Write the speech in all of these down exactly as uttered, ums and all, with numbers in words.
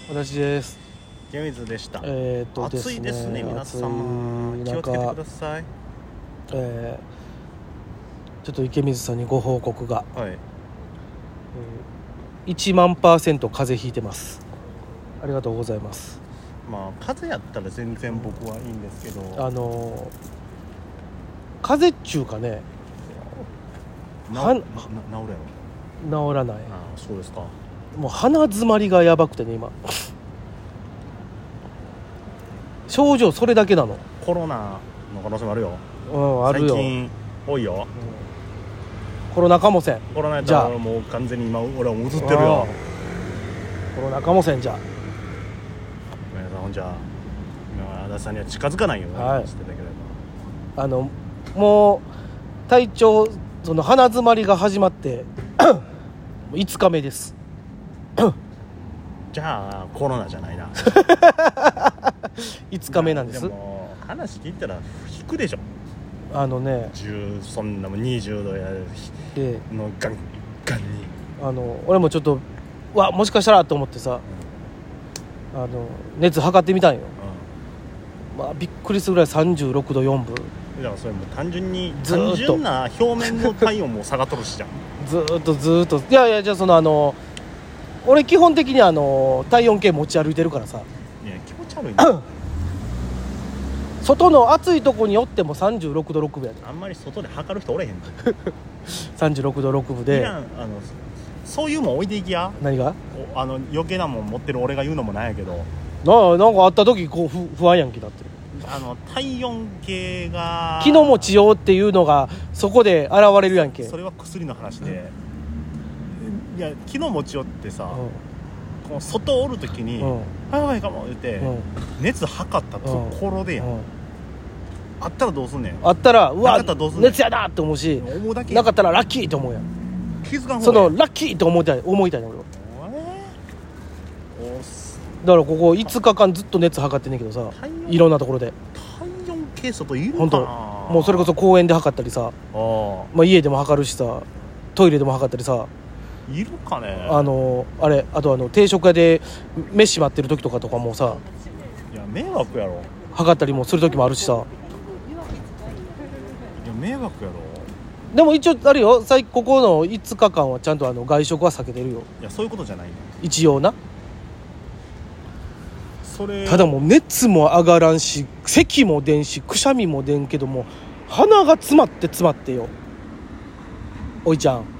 私です。 清水でした。 えー、っとですね、 暑いですね、皆様気をつけてください。 えー、ちょっと池水さんにご報告が、 はい、 えー、いちまんパーセント風邪ひいてます。ありがとうございます。 まあ風邪やったら全然僕はいいんですけど、 あのー、風邪っちゅうかね、 なはな治るやろ。 治らない。 ああ、そうですか。 もう鼻詰まりがやばくてね、今症状それだけなの。 コロナの可能性もあるよ。 うんあるよ。 最近多いよ、 うん、コロナかもせん。 コロナやったらもう完全に今俺はもう映ってるよ。 コロナかもせん。じゃあ皆さんほんじゃ足立さんには近づかないようにしていただければ。あのもう体調その鼻詰まりが始まっていつかめですじゃあコロナじゃないな。 いつかめなんです。 でも話聞いたら引くでしょ。 あのねじゅうそんなもにじゅうどやでのガンガンにあの俺もちょっとわもしかしたらと思ってさ、うん、あの熱測ってみたんよ、うん、まあびっくりするぐらいさんじゅうろくどよんぶ。 だからそれも単純に単純な表面の体温も下がっとるしじゃん。 ずーっとずーっといやいやじゃあそのあの俺基本的にあの体温計持ち歩いてるからさ。 いや気持ち悪いな。 外の暑いとこによってもさんじゅうろくどろくぶやで。 あんまり外で測る人おれへんの。 さんじゅうろくどろくぶでいらん、あのそういうもん置いていきや。 何があの余計なもん持ってる俺が言うのもなんやけどな、なんかあった時こう不, 不安やんけ。だってあの体温計が気の持ちようっていうのがそこで現れるやんけ。 それは薬の話で、うん、いや気の持ちようってさ、うん、この外おる時に、うん、やばいかも言って、うん、熱測ったところでやん、うんうん、あったらどうすんねん。 あったらうわ熱やなって思うし、 思うだけなかったらラッキーと思うやん。 気づかん方がいい。 そのラッキーと思いたい思いたいね俺は。 おーだからここいつかかんずっと熱測ってんねんけどさ、いろんなところで体温計外いるのかな。 もうそれこそ公園で測ったりさ、あ、まあ、家でも測るしさ、トイレでも測ったりさ。 いるかね。 あのあれあとあの定食屋で飯待ってる時とかとかもさ、 いや迷惑やろ。 測ったりもする時もあるしさ。いや迷惑やろ。 でも一応あれよ、最ここのいつかかんはちゃんとあの外食は避けてるよ。 いやそういうことじゃないの一応な。 それただもう熱も上がらんし咳も出んしくしゃみも出んけども鼻が詰まって詰まってよおいちゃん。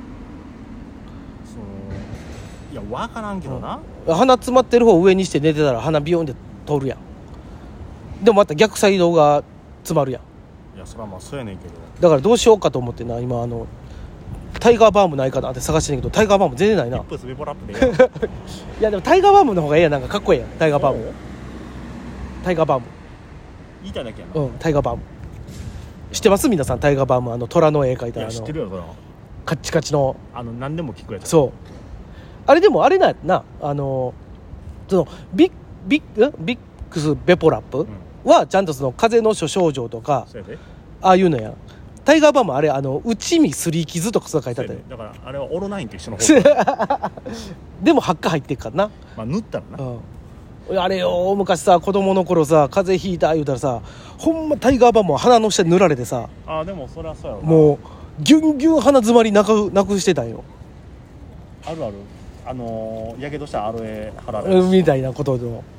いや分からんけどな、 うん、鼻詰まってる方を上にして寝てたら鼻ビヨンで通るやん。でもまた逆サイドが詰まるやん。 いやそれはまあそうやねんけど、 だからどうしようかと思ってな今あのタイガーバームないかなって探してんねんけどタイガーバーム全然ないな。 リップスベポラップでいやでもタイガーバームの方がええやん。なんかかっこええやんタイガーバーム。タイガーバーム言いたいだけやな。 うんタイガーバーム知ってます皆さん。タイガーバームあの虎の絵描いたあの知ってるよそれはカッチカチのあの何でも聞くやつ。 そうあれでもあれななあのそのビッビッビックスベポラップはちゃんとその風邪の諸症状とか、うん、ああいうのやん。タイガーバームあれあの内身すり傷とかそう書いてあったよ。 だからあれはオロナインと一緒の方でも発火入ってっからな、 まあ、塗ったらな、 うん、あれよ昔さ子供の頃さ風邪ひいた言うたらさほんまタイガーバームは鼻の下に塗られてさあでもそれはそうやろな。 もうギュンギュン鼻詰まりなくなくしてたんよ。 あるあるあのー、やけどしたらアロエ貼られるみたいなことでも、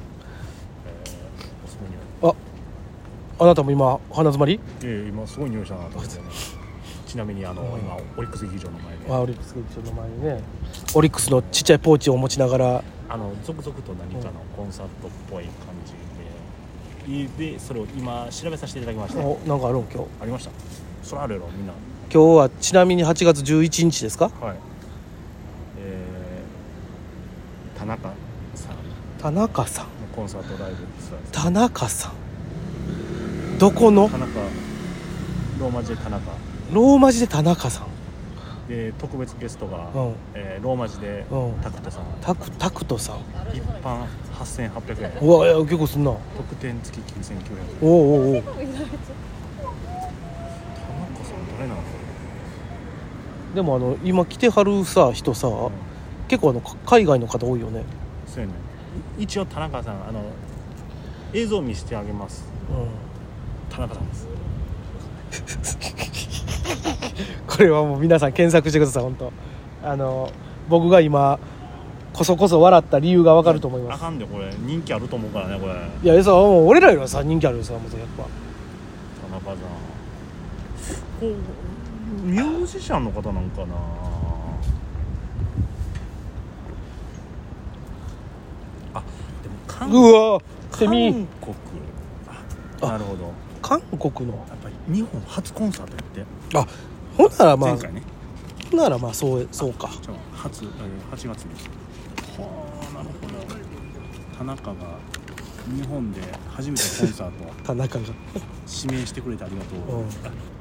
えー、ああなたも今鼻詰まり？ ええ今すごい匂いしたなと思って、ね、ちなみにあの、うん、今オリックス劇場の前であオリックス劇場の前にねオリックスのちっちゃいポーチを持ちながらあの続々と何かのコンサートっぽい感じで、うん、でそれを今調べさせていただきました。 おなんかあるん今日ありました。それあるやろみんな。 今日はちなみにはちがつじゅういちにちですか？ はい。えー、田中さん田中さんのコンサートライブツアーです。 田中さんどこの？ 田中ローマ字で田中ローマ字で田中さんで特別ゲストが、 うんえー、ローマ字で、うん、タクトさんタク、タクトさん一般はっせんはっぴゃくえん。 うわいや結構すんな。 特典付ききゅうせんきゅうひゃくえん。 おうおうおう。田中さん誰なの？ でもあの今来てはるさ人さ、うん、結構あの海外の方多いよね。 そうやね。 一応田中さんあの映像を見せてあげます、うん、田中さんですこれはもう皆さん検索してください。本当あの僕が今こそこそ笑った理由が分かると思います。 あかんでこれ人気あると思うからねこれ。 いやさもう俺らよりはさ人気あるよさもうやっぱ田中さんこうミュージシャンの方なんかな。あでも韓国、 うわセミ韓国あなるほど韓国のやっぱり日本初コンサートやってあほんならまあ前回ねほんならまあそうそうかじゃあ初はちがつにはあなるほど田中が日本で初めてコンサート田中が指名してくれてありがとう、うん、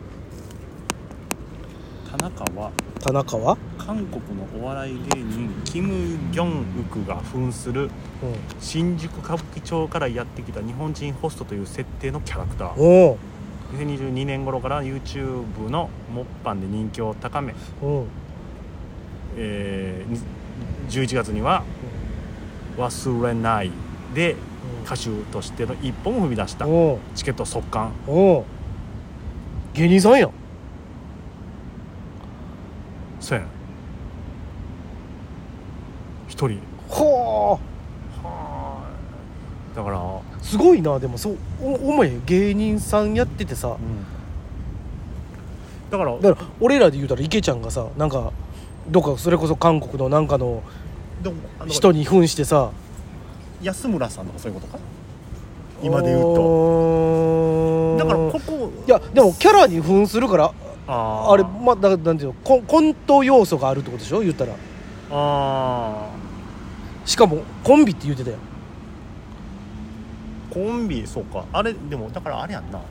田中は田中は韓国のお笑い芸人キム・ギョンウクが扮する、うん、新宿歌舞伎町からやってきた日本人ホストという設定のキャラクター。にせんにじゅうにねん頃から YouTube のモッパンで人気を高め、うんえー、じゅういちがつには忘れないで歌手としての一歩も踏み出した。チケット速乾。 芸人さんやん。 そうやん一人。 はあはあだからすごいな。でもそうお前芸人さんやっててさ、うん、 だからだから俺らで言うたら池ちゃんがさなんかどっかそれこそ韓国のなんかの人に扮してさ安村さんとかそういうことか今で言うと。だからここいやでもキャラに扮するからあ, あれまあだなんていうのココント要素があるってことでしょ言ったら。あしかもコンビって言ってたよ。 コンビそうかあれでもだからあれやんな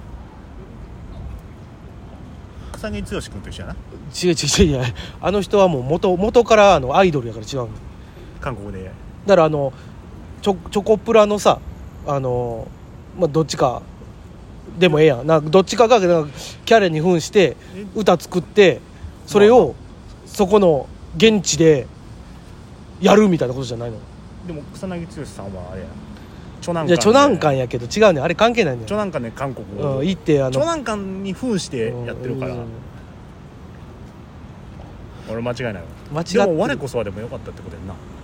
草薙剛君と一緒やな。 違う違う違うあの人はもう 元, 元からあのアイドルやから違うの韓国で。 だからあのチ ョ, チョコプラのさあの、まあ、どっちかでもええやんなんかどっちかがなんかキャラに扮して歌作ってそれをそこの現地でやるみたいなことじゃないの。 でも草薙剛さんはあれやチョナンカンいやチョナンカンやけど違うねあれ関係ないねチョナンカンね韓国、 うん、行ってあのチョナンカンに扮してやってるから、うんうん、俺間違いないわ。間違ってでも我こそはでもよかったってことや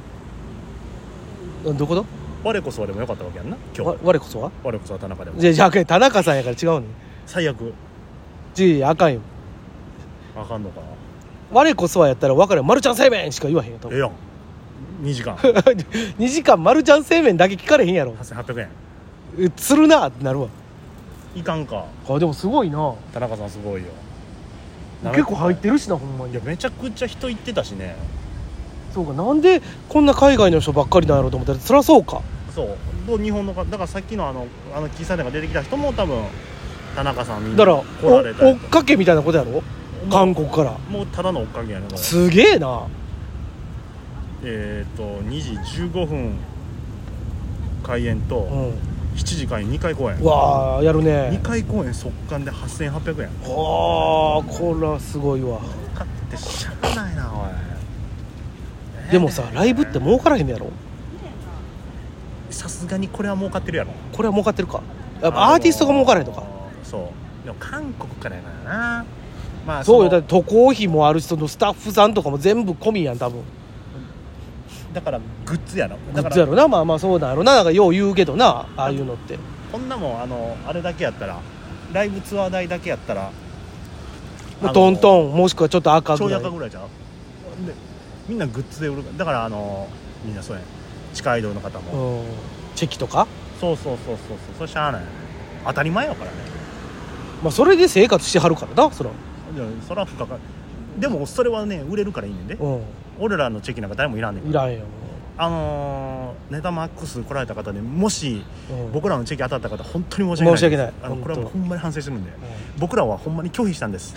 んな。 どこだ我こそはでもよかったわけやんな今日。 我こそは我こそは田中でもじゃじゃ田中さんやから違うね最悪じゃあかんよ。 あかんのか。 我こそはやったら分かるよマルちゃん製麺しか言わへんよ多分。 ええやんにじかんにじかんマルちゃん製麺だけ聞かれへんやろ。 はっせんはっぴゃくえんするなってなるわ。 いかんか。 あでもすごいな田中さんすごいよ。 結構入ってるしなほんまに。 いやめちゃくちゃ人行ってたしね。 そうかなんでこんな海外の人ばっかりなんやろうと思ったらそりゃそうか。 そう日本のだからさっきのあのあの喫茶店が出てきた人も多分田中さんみんなだから来られた追っかけみたいなことやろ韓国からもうただの追っかけやね。 すげえな。 えっ、ー、とにじじゅうごふん開演と、うん、しちじ開演にかい公演。 うわーやるね。 にかい公演速乾ではっせんはっぴゃくえん。 ああこれはすごいわ。 買ってしゃあないなおい、 えー、でもさライブって儲からへんやろ。 さすがにこれは儲かってるやろ。 これは儲かってるか。やっぱアーティストが儲からへんとか。 そうでも韓国からやからな。まあそうよだって渡航費もあるしそのスタッフさんとかも全部込みやん多分。 だからグッズやろ。 グッズやろな。まあまあそうだろうな。なんかよう言うけどなああいうのって。 こんなもんあのあれだけやったらライブツアー代だけやったらトントンもしくはちょっと赤ぐらいちょい赤ぐらいじゃんでみんなグッズで売るだからあのみんなそうや地下アイドルの方も、うん、 チェキとかそうそうそうそうそうそれしゃあない当たり前やからね。 まあそれで生活してはるからなそら。 いやそら深かでもそれはね売れるからいいねんで、うん、俺らのチェキなんか誰もいらんねん。 いらんよ。 あのー、ネタマックス来られた方でもし、うん、僕らのチェキ当たった方本当に申し訳ない。 申し訳ない。 あのこれはほんまに反省してるんで、うん、僕らはほんまに拒否したんです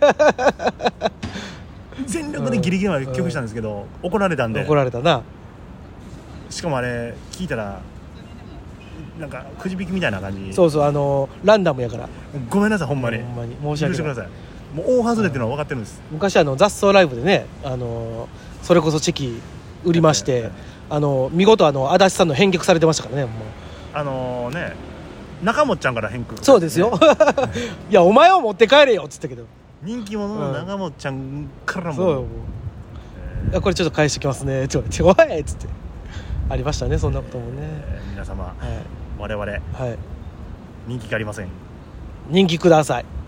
全力でギリギリまで拒否したんですけど、うん、怒られたんで。 怒られたな。 しかもあれ聞いたらなんかくじ引きみたいな感じ。 そうそうあのー、ランダムやからごめんなさいほんまに、 ほんまに申し訳ない。 許してください。もう大外れっていうのは分かってるんです、 うん、昔あの雑草ライブでね、あのー、それこそチェキ売りまして、 あの見事あの足立さんの返却されてましたからね。もうあのー、ね中本ちゃんから返却、ね、 そうですよいやお前を持って帰れよっつったけど人気者の長本ちゃんからも、うん、 そうよ、えー、これちょっと返してきますねちょっとおいっつってありましたねそんなこともね、 えー、皆様、はい、我々、はい、人気がありません。 人気ください。